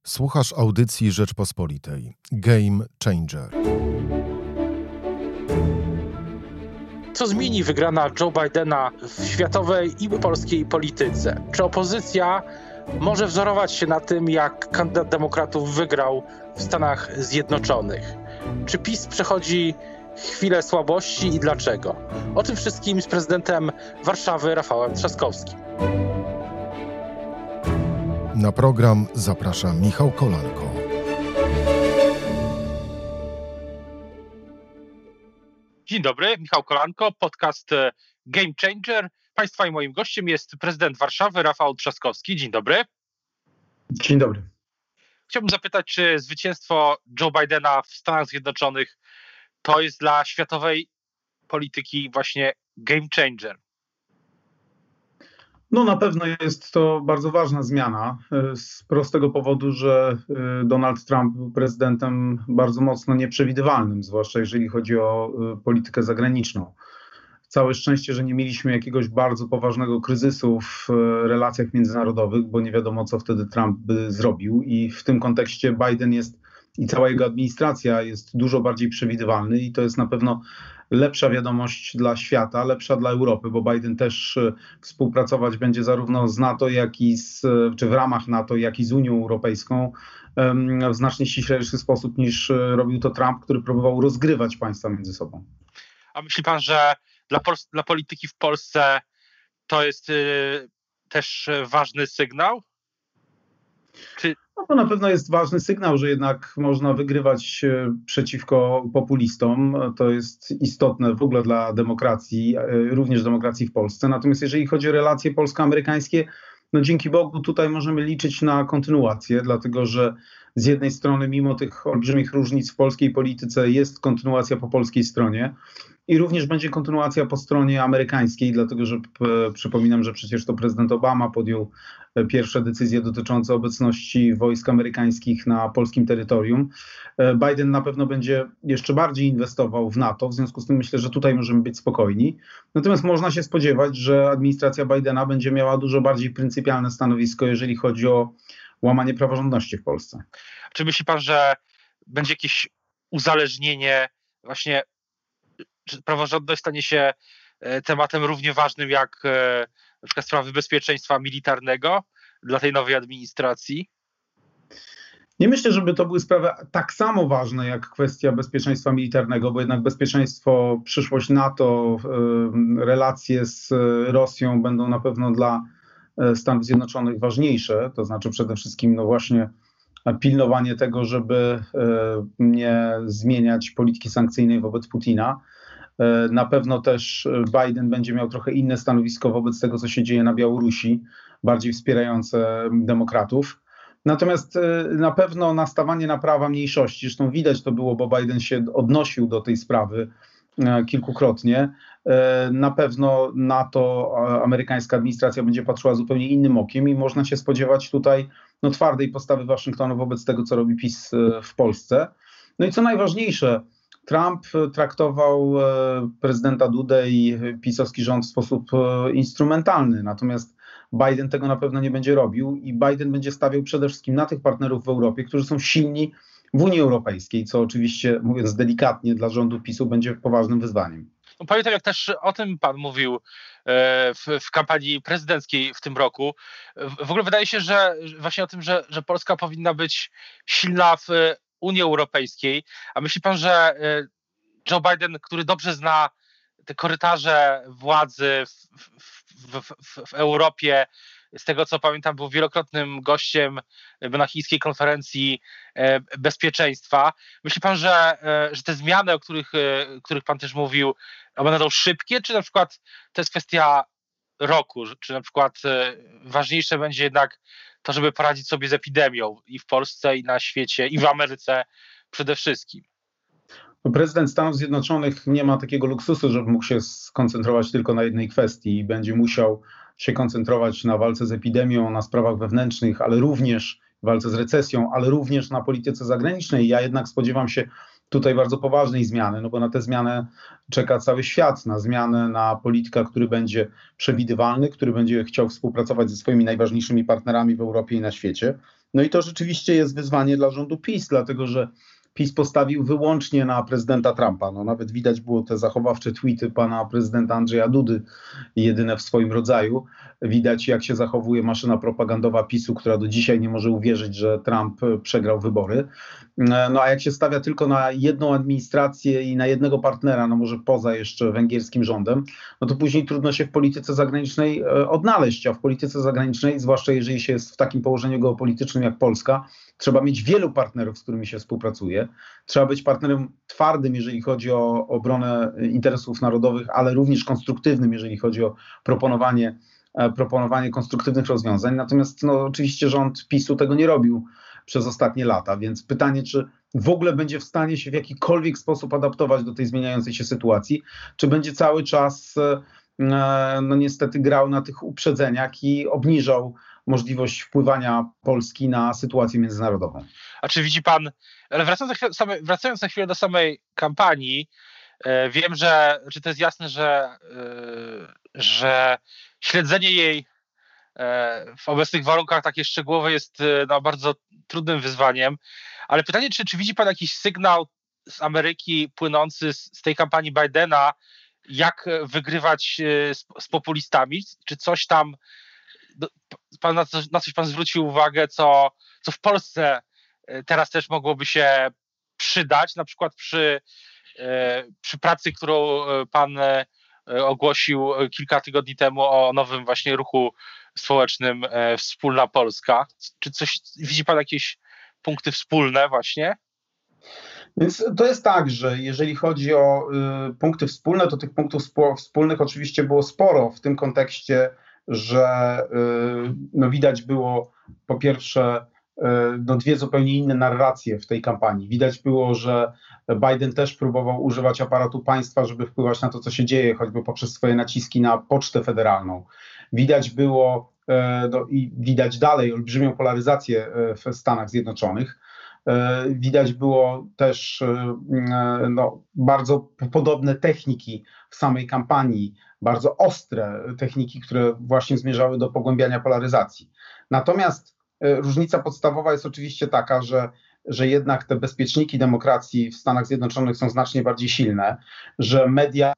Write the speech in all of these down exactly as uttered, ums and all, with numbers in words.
Słuchasz audycji Rzeczpospolitej. Game Changer. Co zmieni wygrana Joe Bidena w światowej i polskiej polityce? Czy opozycja może wzorować się na tym, jak kandydat demokratów wygrał w Stanach Zjednoczonych? Czy PiS przechodzi chwilę słabości i dlaczego? O tym wszystkim z prezydentem Warszawy Rafałem Trzaskowskim. Na program zaprasza Michał Kolanko. Dzień dobry, Michał Kolanko, podcast Game Changer. Państwa i moim gościem jest prezydent Warszawy Rafał Trzaskowski. Dzień dobry. Dzień dobry. Chciałbym zapytać, czy zwycięstwo Joe Bidena w Stanach Zjednoczonych to jest dla światowej polityki właśnie game changer? No na pewno jest to bardzo ważna zmiana z prostego powodu, że Donald Trump był prezydentem bardzo mocno nieprzewidywalnym, zwłaszcza jeżeli chodzi o politykę zagraniczną. Całe szczęście, że nie mieliśmy jakiegoś bardzo poważnego kryzysu w relacjach międzynarodowych, bo nie wiadomo, co wtedy Trump by zrobił, i w tym kontekście Biden jest i cała jego administracja jest dużo bardziej przewidywalny i to jest na pewno lepsza wiadomość dla świata, lepsza dla Europy, bo Biden też współpracować będzie zarówno z NATO, jak i z, czy w ramach NATO, jak i z Unią Europejską w znacznie ściślejszy sposób niż robił to Trump, który próbował rozgrywać państwa między sobą. A myśli pan, że dla, Pol- dla polityki w Polsce to jest yy, też ważny sygnał? Czy... No to na pewno jest ważny sygnał, że jednak można wygrywać przeciwko populistom. To jest istotne w ogóle dla demokracji, również demokracji w Polsce. Natomiast jeżeli chodzi o relacje polsko-amerykańskie, no dzięki Bogu tutaj możemy liczyć na kontynuację, dlatego że z jednej strony mimo tych olbrzymich różnic w polskiej polityce jest kontynuacja po polskiej stronie i również będzie kontynuacja po stronie amerykańskiej, dlatego że p- przypominam, że przecież to prezydent Obama podjął pierwsze decyzje dotyczące obecności wojsk amerykańskich na polskim terytorium. Biden na pewno będzie jeszcze bardziej inwestował w NATO, w związku z tym myślę, że tutaj możemy być spokojni. Natomiast można się spodziewać, że administracja Bidena będzie miała dużo bardziej pryncypialne stanowisko, jeżeli chodzi o łamanie praworządności w Polsce. Czy myśli pan, że będzie jakieś uzależnienie właśnie, czy praworządność stanie się tematem równie ważnym jak na przykład sprawy bezpieczeństwa militarnego dla tej nowej administracji? Nie myślę, żeby to były sprawy tak samo ważne jak kwestia bezpieczeństwa militarnego, bo jednak bezpieczeństwo, przyszłość NATO, relacje z Rosją będą na pewno dla Stanów Zjednoczonych ważniejsze, to znaczy przede wszystkim no właśnie pilnowanie tego, żeby nie zmieniać polityki sankcyjnej wobec Putina. Na pewno też Biden będzie miał trochę inne stanowisko wobec tego, co się dzieje na Białorusi, bardziej wspierające demokratów. Natomiast na pewno nastawanie na prawa mniejszości, zresztą widać to było, bo Biden się odnosił do tej sprawy kilkukrotnie. Na pewno na to amerykańska administracja będzie patrzyła zupełnie innym okiem i można się spodziewać tutaj no, twardej postawy Waszyngtonu wobec tego, co robi PiS w Polsce. No i co najważniejsze, Trump traktował prezydenta Dudę i pisowski rząd w sposób instrumentalny, natomiast Biden tego na pewno nie będzie robił i Biden będzie stawiał przede wszystkim na tych partnerów w Europie, którzy są silni w Unii Europejskiej, co oczywiście, mówiąc delikatnie, dla rządu PiSu będzie poważnym wyzwaniem. No, pamiętam, jak też o tym pan mówił w, w kampanii prezydenckiej w tym roku. W ogóle wydaje się, że właśnie o tym, że, że Polska powinna być silna w Unii Europejskiej. A myśli pan, że Joe Biden, który dobrze zna te korytarze władzy w, w, w, w Europie, z tego co pamiętam, był wielokrotnym gościem monachijskiej konferencji bezpieczeństwa. Myśli pan, że, że te zmiany, o których, których pan też mówił, one będą szybkie, czy na przykład to jest kwestia roku, czy na przykład ważniejsze będzie jednak to, żeby poradzić sobie z epidemią i w Polsce, i na świecie, i w Ameryce przede wszystkim? Prezydent Stanów Zjednoczonych nie ma takiego luksusu, żeby mógł się skoncentrować tylko na jednej kwestii i będzie musiał się koncentrować na walce z epidemią, na sprawach wewnętrznych, ale również walce z recesją, ale również na polityce zagranicznej. Ja jednak spodziewam się tutaj bardzo poważnej zmiany, no bo na tę zmianę czeka cały świat, na zmianę na polityka, który będzie przewidywalny, który będzie chciał współpracować ze swoimi najważniejszymi partnerami w Europie i na świecie. No i to rzeczywiście jest wyzwanie dla rządu PiS, dlatego że PiS postawił wyłącznie na prezydenta Trumpa. No nawet widać było te zachowawcze tweety pana prezydenta Andrzeja Dudy, jedyne w swoim rodzaju. Widać, jak się zachowuje maszyna propagandowa PiSu, która do dzisiaj nie może uwierzyć, że Trump przegrał wybory. No a jak się stawia tylko na jedną administrację i na jednego partnera, no może poza jeszcze węgierskim rządem, no to później trudno się w polityce zagranicznej odnaleźć, a w polityce zagranicznej, zwłaszcza jeżeli się jest w takim położeniu geopolitycznym jak Polska, trzeba mieć wielu partnerów, z którymi się współpracuje. Trzeba być partnerem twardym, jeżeli chodzi o obronę interesów narodowych, ale również konstruktywnym, jeżeli chodzi o proponowanie, proponowanie konstruktywnych rozwiązań. Natomiast no, oczywiście rząd PiSu tego nie robił przez ostatnie lata, więc pytanie, czy w ogóle będzie w stanie się w jakikolwiek sposób adaptować do tej zmieniającej się sytuacji, czy będzie cały czas no niestety grał na tych uprzedzeniach i obniżał możliwość wpływania Polski na sytuację międzynarodową. A czy widzi pan, ale wracając na chwilę, same, wracając na chwilę do samej kampanii, e, wiem, że czy to jest jasne, że, e, że śledzenie jej e, w obecnych warunkach takie szczegółowe jest e, no, bardzo trudnym wyzwaniem, ale pytanie, czy, czy widzi pan jakiś sygnał z Ameryki płynący z, z tej kampanii Bidena, jak wygrywać e, z, z populistami, czy coś tam Pan na, coś, na coś pan zwrócił uwagę, co, co w Polsce teraz też mogłoby się przydać, na przykład przy, przy pracy, którą pan ogłosił kilka tygodni temu o nowym właśnie ruchu społecznym Wspólna Polska. Czy coś, widzi pan jakieś punkty wspólne właśnie? Więc to jest tak, że jeżeli chodzi o y, punkty wspólne, to tych punktów spo, wspólnych oczywiście było sporo w tym kontekście, że y, no widać było po pierwsze y, no dwie zupełnie inne narracje w tej kampanii. Widać było, że Biden też próbował używać aparatu państwa, żeby wpływać na to, co się dzieje, choćby poprzez swoje naciski na Pocztę Federalną. Widać było y, no, i widać dalej olbrzymią polaryzację w Stanach Zjednoczonych. Widać było też no, bardzo podobne techniki w samej kampanii, bardzo ostre techniki, które właśnie zmierzały do pogłębiania polaryzacji. Natomiast różnica podstawowa jest oczywiście taka, że, że jednak te bezpieczniki demokracji w Stanach Zjednoczonych są znacznie bardziej silne, że media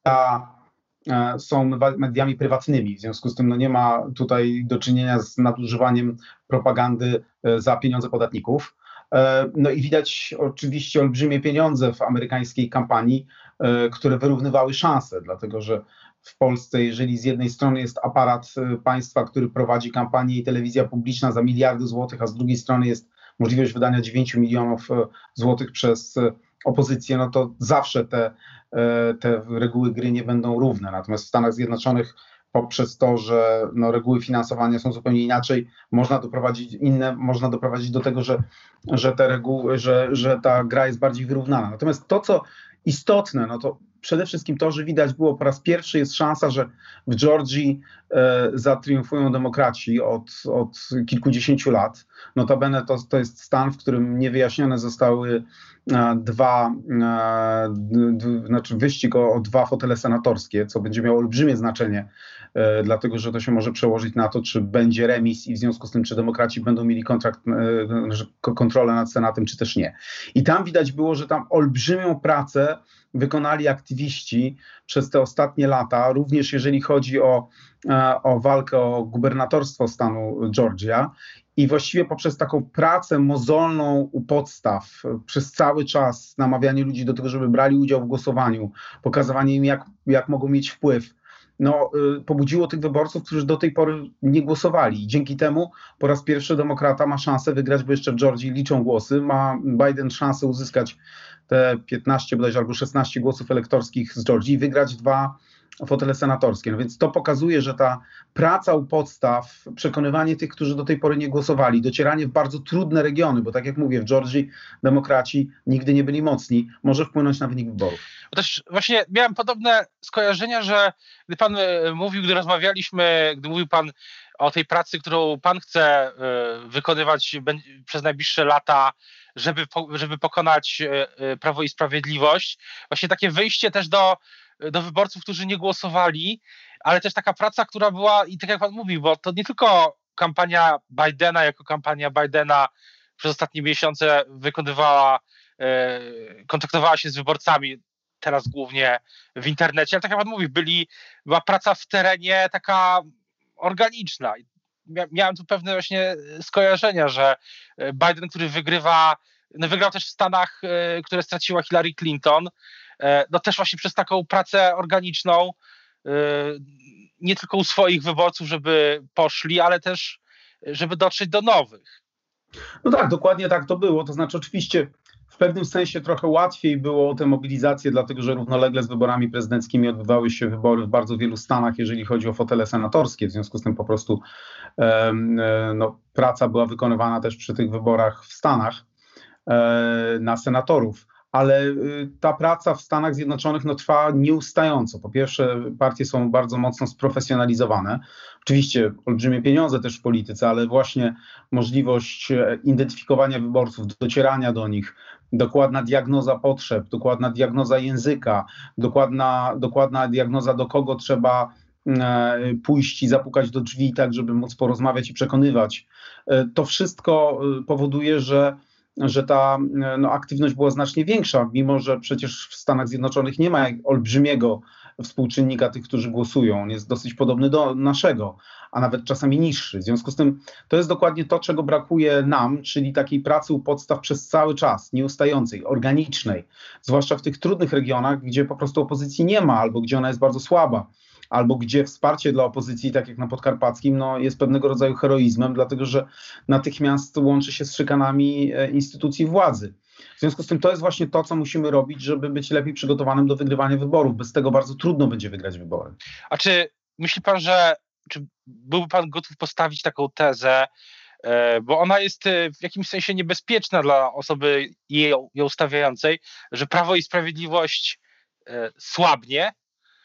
są mediami prywatnymi, w związku z tym no, nie ma tutaj do czynienia z nadużywaniem propagandy za pieniądze podatników. No i widać oczywiście olbrzymie pieniądze w amerykańskiej kampanii, które wyrównywały szanse, dlatego że w Polsce, jeżeli z jednej strony jest aparat państwa, który prowadzi kampanię i telewizja publiczna za miliardy złotych, a z drugiej strony jest możliwość wydania dziewięciu milionów złotych przez opozycję, no to zawsze te, te reguły gry nie będą równe. Natomiast w Stanach Zjednoczonych poprzez to, że no, reguły finansowania są zupełnie inaczej, można doprowadzić inne, można doprowadzić do tego, że, że te reguły, że, że ta gra jest bardziej wyrównana. Natomiast to, co istotne, no to przede wszystkim to, że widać było po raz pierwszy jest szansa, że w Georgii e, zatriumfują demokraci od, od kilkudziesięciu lat. Notabene to, to jest stan, w którym niewyjaśnione zostały e, dwa, e, d, znaczy wyścig o, o dwa fotele senatorskie, co będzie miało olbrzymie znaczenie, e, dlatego że to się może przełożyć na to, czy będzie remis i w związku z tym, czy demokraci będą mieli kontrakt, e, kontrolę nad Senatem, czy też nie. I tam widać było, że tam olbrzymią pracę wykonali aktywiści przez te ostatnie lata, również jeżeli chodzi o, o walkę o gubernatorstwo stanu Georgia. I właściwie poprzez taką pracę mozolną u podstaw, przez cały czas namawianie ludzi do tego, żeby brali udział w głosowaniu, pokazywanie im, jak, jak mogą mieć wpływ, no, pobudziło tych wyborców, którzy do tej pory nie głosowali. Dzięki temu po raz pierwszy demokrata ma szansę wygrać, bo jeszcze w Georgii liczą głosy. Ma Biden szansę uzyskać te piętnaście bodajże albo szesnaście głosów elektorskich z Georgii i wygrać dwa fotele senatorskie. No więc to pokazuje, że ta praca u podstaw, przekonywanie tych, którzy do tej pory nie głosowali, docieranie w bardzo trudne regiony, bo tak jak mówię, w Georgii demokraci nigdy nie byli mocni, może wpłynąć na wynik wyborów. Bo też właśnie miałem podobne skojarzenia, że gdy pan mówił, gdy rozmawialiśmy, gdy mówił pan o tej pracy, którą pan chce wykonywać przez najbliższe lata, żeby, żeby pokonać Prawo i Sprawiedliwość, właśnie takie wyjście też do do wyborców, którzy nie głosowali, ale też taka praca, która była, i tak jak pan mówił, bo to nie tylko kampania Bidena, jako kampania Bidena przez ostatnie miesiące wykonywała, kontaktowała się z wyborcami, teraz głównie w internecie, ale tak jak pan mówi, byli, była praca w terenie taka organiczna. Miałem tu pewne właśnie skojarzenia, że Biden, który wygrywa, no wygrał też w Stanach, które straciła Hillary Clinton, no też właśnie przez taką pracę organiczną, nie tylko u swoich wyborców, żeby poszli, ale też żeby dotrzeć do nowych. No tak, dokładnie tak to było. To znaczy oczywiście w pewnym sensie trochę łatwiej było o tę mobilizację, dlatego że równolegle z wyborami prezydenckimi odbywały się wybory w bardzo wielu stanach, jeżeli chodzi o fotele senatorskie. W związku z tym po prostu e, no, praca była wykonywana też przy tych wyborach w Stanach e, na senatorów. Ale ta praca w Stanach Zjednoczonych no, trwa nieustająco. Po pierwsze, partie są bardzo mocno sprofesjonalizowane. Oczywiście olbrzymie pieniądze też w polityce, ale właśnie możliwość identyfikowania wyborców, docierania do nich, dokładna diagnoza potrzeb, dokładna diagnoza języka, dokładna, dokładna diagnoza, do kogo trzeba pójść i zapukać do drzwi, tak żeby móc porozmawiać i przekonywać. To wszystko powoduje, że że ta no, aktywność była znacznie większa, mimo że przecież w Stanach Zjednoczonych nie ma olbrzymiego współczynnika tych, którzy głosują. On jest dosyć podobny do naszego, a nawet czasami niższy. W związku z tym to jest dokładnie to, czego brakuje nam, czyli takiej pracy u podstaw przez cały czas, nieustającej, organicznej, zwłaszcza w tych trudnych regionach, gdzie po prostu opozycji nie ma albo gdzie ona jest bardzo słaba, albo gdzie wsparcie dla opozycji, tak jak na Podkarpackim, no, jest pewnego rodzaju heroizmem, dlatego że natychmiast łączy się z szykanami instytucji władzy. W związku z tym to jest właśnie to, co musimy robić, żeby być lepiej przygotowanym do wygrywania wyborów. Bez tego bardzo trudno będzie wygrać wybory. A czy myśli pan, że czy byłby pan gotów postawić taką tezę, bo ona jest w jakimś sensie niebezpieczna dla osoby ją, ją stawiającej, że Prawo i Sprawiedliwość słabnie?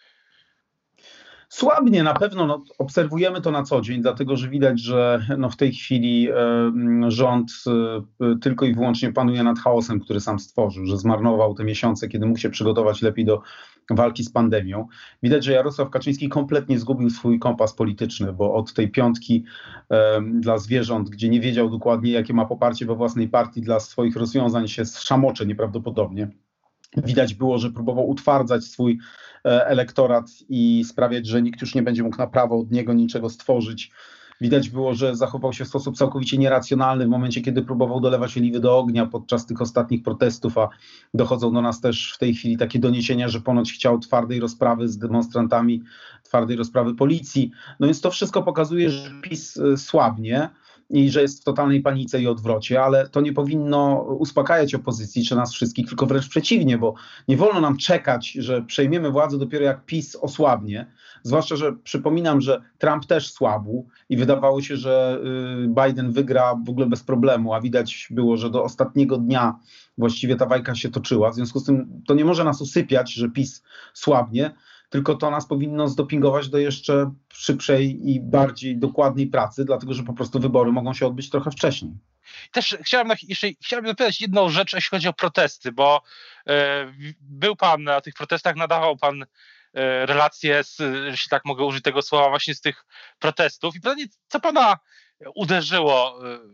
Słabnie na pewno, no, obserwujemy to na co dzień, dlatego że widać, że no, w tej chwili e, rząd e, tylko i wyłącznie panuje nad chaosem, który sam stworzył, że zmarnował te miesiące, kiedy mógł się przygotować lepiej do walki z pandemią. Widać, że Jarosław Kaczyński kompletnie zgubił swój kompas polityczny, bo od tej piątki e, dla zwierząt, gdzie nie wiedział dokładnie, jakie ma poparcie we własnej partii, dla swoich rozwiązań się szamocze nieprawdopodobnie. Widać było, że próbował utwardzać swój elektorat i sprawiać, że nikt już nie będzie mógł na prawo od niego niczego stworzyć. Widać było, że zachował się w sposób całkowicie nieracjonalny w momencie, kiedy próbował dolewać oliwy do ognia podczas tych ostatnich protestów, a dochodzą do nas też w tej chwili takie doniesienia, że ponoć chciał twardej rozprawy z demonstrantami, twardej rozprawy policji. No więc to wszystko pokazuje, że PiS słabnie i że jest w totalnej panice i odwrocie, ale to nie powinno uspokajać opozycji czy nas wszystkich, tylko wręcz przeciwnie, bo nie wolno nam czekać, że przejmiemy władzę dopiero jak PiS osłabnie, zwłaszcza, że przypominam, że Trump też słabł i wydawało się, że Biden wygra w ogóle bez problemu, a widać było, że do ostatniego dnia właściwie ta walka się toczyła, w związku z tym to nie może nas usypiać, że PiS słabnie, tylko to nas powinno zdopingować do jeszcze szybszej i bardziej dokładnej pracy, dlatego że po prostu wybory mogą się odbyć trochę wcześniej. Też chciałem jeszcze chciałem zapytać jedną rzecz, jeśli chodzi o protesty, bo e, był pan na tych protestach, nadawał pan e, relacje, z, jeśli tak mogę użyć tego słowa, właśnie z tych protestów. I pytanie, co pana uderzyło, e,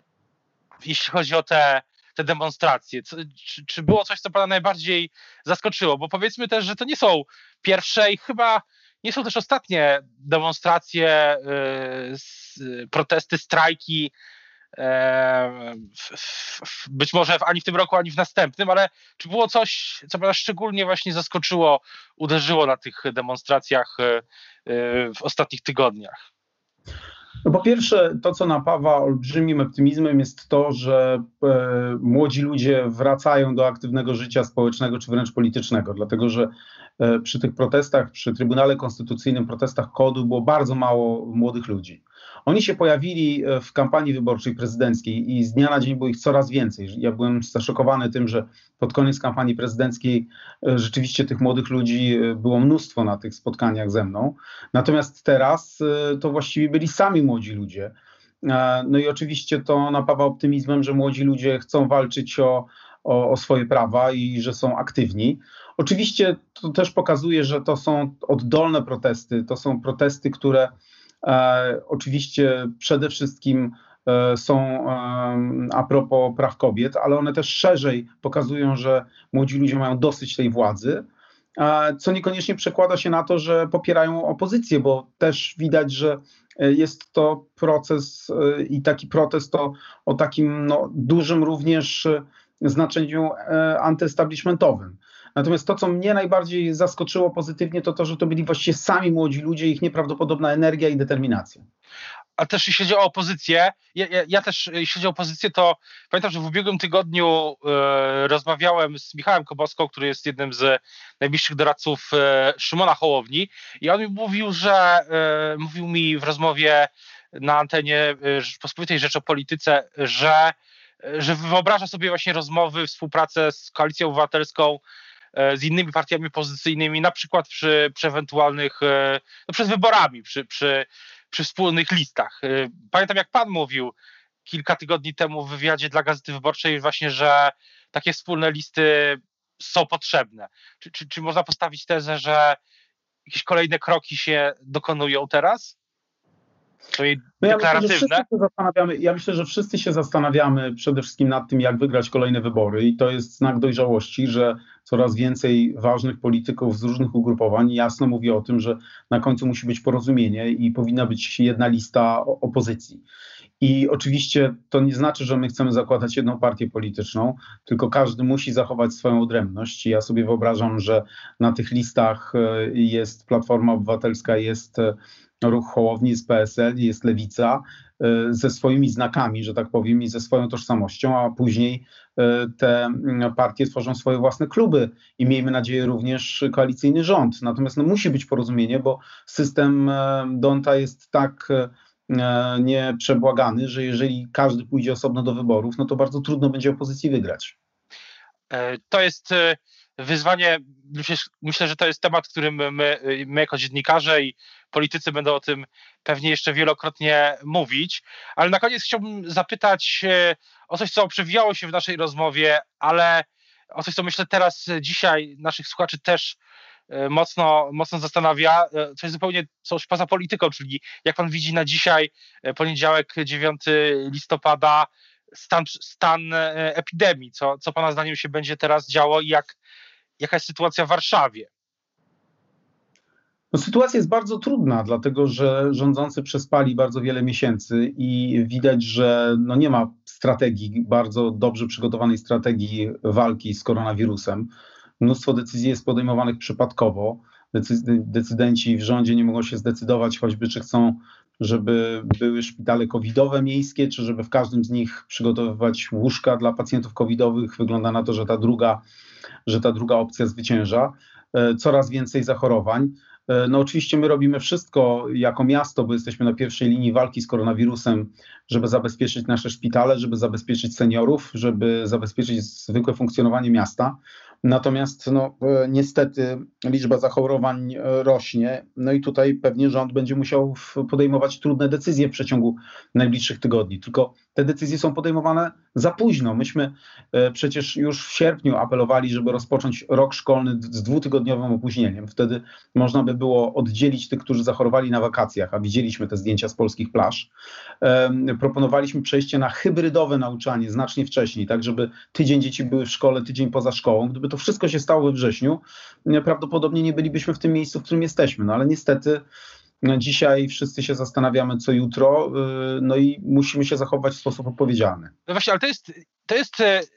jeśli chodzi o te te demonstracje? Co, czy, czy było coś, co pana najbardziej zaskoczyło? Bo powiedzmy też, że to nie są pierwsze i chyba nie są też ostatnie demonstracje, yy, protesty, strajki, yy, w, w, być może w, ani w tym roku, ani w następnym, ale czy było coś, co pana szczególnie właśnie zaskoczyło, uderzyło na tych demonstracjach yy, w ostatnich tygodniach? No po pierwsze, to co napawa olbrzymim optymizmem jest to, że e, młodzi ludzie wracają do aktywnego życia społecznego czy wręcz politycznego, dlatego że e, przy tych protestach, przy Trybunale Konstytucyjnym, protestach KOD-u było bardzo mało młodych ludzi. Oni się pojawili w kampanii wyborczej prezydenckiej i z dnia na dzień było ich coraz więcej. Ja byłem zaszokowany tym, że pod koniec kampanii prezydenckiej rzeczywiście tych młodych ludzi było mnóstwo na tych spotkaniach ze mną. Natomiast teraz to właściwie byli sami młodzi ludzie. No i oczywiście to napawa optymizmem, że młodzi ludzie chcą walczyć o, o, o swoje prawa i że są aktywni. Oczywiście to też pokazuje, że to są oddolne protesty, to są protesty, które E, oczywiście przede wszystkim e, są e, a propos praw kobiet, ale one też szerzej pokazują, że młodzi ludzie mają dosyć tej władzy, e, co niekoniecznie przekłada się na to, że popierają opozycję, bo też widać, że jest to proces e, i taki protest o, o takim no, dużym również znaczeniu e, antyestablishmentowym. Natomiast to, co mnie najbardziej zaskoczyło pozytywnie, to to, że to byli właściwie sami młodzi ludzie, ich nieprawdopodobna energia i determinacja. A też jeśli chodzi o opozycję, ja, ja, ja też jeśli chodzi o opozycję, to pamiętam, że w ubiegłym tygodniu e, rozmawiałem z Michałem Koboską, który jest jednym z najbliższych doradców e, Szymona Hołowni, i on mi mówił, że e, mówił mi w rozmowie na antenie e, Rzeczpospolitej Rzecz o Polityce, że, e, że wyobraża sobie właśnie rozmowy, współpracę z Koalicją Obywatelską, z innymi partiami opozycyjnymi, na przykład przy, przy ewentualnych, no przed wyborami, przy, przy, przy wspólnych listach. Pamiętam, jak pan mówił kilka tygodni temu w wywiadzie dla Gazety Wyborczej właśnie, że takie wspólne listy są potrzebne. Czy, czy, czy można postawić tezę, że jakieś kolejne kroki się dokonują teraz? No ja, myślę, że wszyscy się zastanawiamy, ja myślę, że wszyscy się zastanawiamy przede wszystkim nad tym, jak wygrać kolejne wybory, i to jest znak dojrzałości, że coraz więcej ważnych polityków z różnych ugrupowań jasno mówi o tym, że na końcu musi być porozumienie i powinna być jedna lista opozycji. I oczywiście to nie znaczy, że my chcemy zakładać jedną partię polityczną, tylko każdy musi zachować swoją odrębność. Ja sobie wyobrażam, że na tych listach jest Platforma Obywatelska, jest Ruch Hołowni, jest P S L, jest Lewica ze swoimi znakami, że tak powiem, i ze swoją tożsamością, a później te partie tworzą swoje własne kluby i miejmy nadzieję również koalicyjny rząd. Natomiast no, musi być porozumienie, bo system Donta jest tak nieprzebłagany, że jeżeli każdy pójdzie osobno do wyborów, no to bardzo trudno będzie opozycji wygrać. To jest wyzwanie, myślę, że to jest temat, którym my, my jako dziennikarze i politycy będą o tym pewnie jeszcze wielokrotnie mówić, ale na koniec chciałbym zapytać o coś, co przewijało się w naszej rozmowie, ale o coś, co myślę teraz, dzisiaj naszych słuchaczy też mocno, mocno zastanawia, coś zupełnie coś poza polityką, czyli jak pan widzi na dzisiaj, poniedziałek dziewiątego listopada, stan, stan epidemii, co, co pana zdaniem się będzie teraz działo i jak, jaka jest sytuacja w Warszawie? No, sytuacja jest bardzo trudna, dlatego że rządzący przespali bardzo wiele miesięcy i widać, że no nie ma strategii, bardzo dobrze przygotowanej strategii walki z koronawirusem. Mnóstwo decyzji jest podejmowanych przypadkowo. Decydenci w rządzie nie mogą się zdecydować, choćby czy chcą, żeby były szpitale covidowe miejskie, czy żeby w każdym z nich przygotowywać łóżka dla pacjentów covidowych. Wygląda na to, że ta druga, że ta druga opcja zwycięża. Coraz więcej zachorowań. No oczywiście my robimy wszystko jako miasto, bo jesteśmy na pierwszej linii walki z koronawirusem, żeby zabezpieczyć nasze szpitale, żeby zabezpieczyć seniorów, żeby zabezpieczyć zwykłe funkcjonowanie miasta. Natomiast no, niestety liczba zachorowań rośnie, no i tutaj pewnie rząd będzie musiał podejmować trudne decyzje w przeciągu najbliższych tygodni. Tylko te decyzje są podejmowane za późno. Myśmy przecież już w sierpniu apelowali, żeby rozpocząć rok szkolny z dwutygodniowym opóźnieniem. Wtedy można by było oddzielić tych, którzy zachorowali na wakacjach, a widzieliśmy te zdjęcia z polskich plaż. Proponowaliśmy przejście na hybrydowe nauczanie znacznie wcześniej, tak żeby tydzień dzieci były w szkole, tydzień poza szkołą. Gdyby to wszystko się stało we wrześniu, prawdopodobnie nie bylibyśmy w tym miejscu, w którym jesteśmy. No ale niestety dzisiaj wszyscy się zastanawiamy, co jutro, no i musimy się zachować w sposób odpowiedzialny. No właśnie, ale to jest, to jest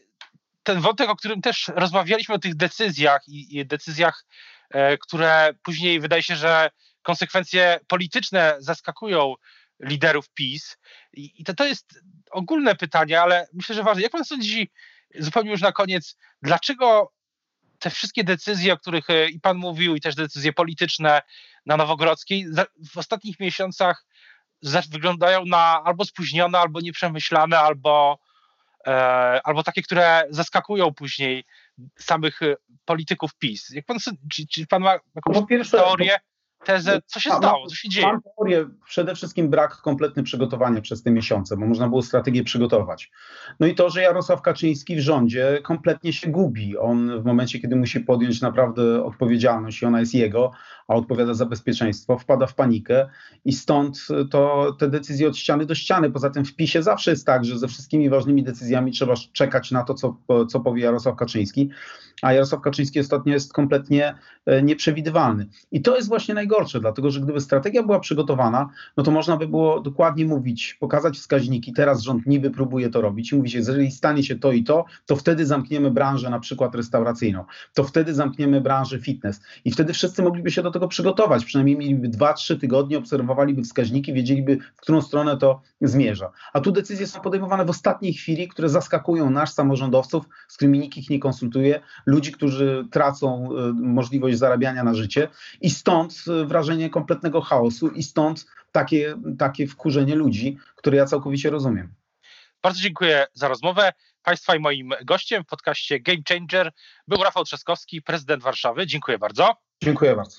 ten wątek, o którym też rozmawialiśmy, o tych decyzjach i, i decyzjach, które później wydaje się, że konsekwencje polityczne zaskakują liderów PiS. I, i to, to jest ogólne pytanie, ale myślę, że ważne. Jak pan sądzi, zupełnie już na koniec, dlaczego te wszystkie decyzje, o których i pan mówił, i też decyzje polityczne na Nowogrodzkiej w ostatnich miesiącach wyglądają na albo spóźnione, albo nieprzemyślane, albo, e, albo takie, które zaskakują później samych polityków PiS. Jak pan, czy, czy pan ma jakąś po pierwsze, teorię, tezę, co się stało, co się dzieje? Mam teorię, przede wszystkim brak kompletny przygotowania przez te miesiące, bo można było strategię przygotować. No i to, że Jarosław Kaczyński w rządzie kompletnie się gubi. On w momencie, kiedy musi podjąć naprawdę odpowiedzialność i ona jest jego, a odpowiada za bezpieczeństwo, wpada w panikę i stąd to te decyzje od ściany do ściany. Poza tym w PiSie zawsze jest tak, że ze wszystkimi ważnymi decyzjami trzeba czekać na to, co, co powie Jarosław Kaczyński, a Jarosław Kaczyński ostatnio jest kompletnie nieprzewidywalny. I to jest właśnie najgorsze, dlatego że gdyby strategia była przygotowana, no to można by było dokładnie mówić, pokazać wskaźniki, teraz rząd niby próbuje to robić i mówi się, jeżeli stanie się to i to, to wtedy zamkniemy branżę na przykład restauracyjną, to wtedy zamkniemy branżę fitness i wtedy wszyscy mogliby się do tego przygotować, przynajmniej mieliby dwa trzy tygodnie, obserwowaliby wskaźniki, wiedzieliby, w którą stronę to zmierza. A tu decyzje są podejmowane w ostatniej chwili, które zaskakują nas, samorządowców, z którymi nikt ich nie konsultuje, ludzi, którzy tracą możliwość zarabiania na życie i stąd wrażenie kompletnego chaosu i stąd takie, takie wkurzenie ludzi, które ja całkowicie rozumiem. Bardzo dziękuję za rozmowę. Państwa i moim gościem w podcaście Game Changer był Rafał Trzaskowski, prezydent Warszawy. Dziękuję bardzo. Dziękuję bardzo.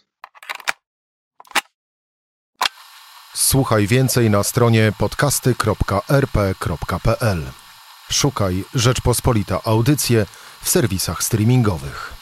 Słuchaj więcej na stronie podcasty kropka er pe kropka pe el. Szukaj Rzeczpospolita Audycje w serwisach streamingowych.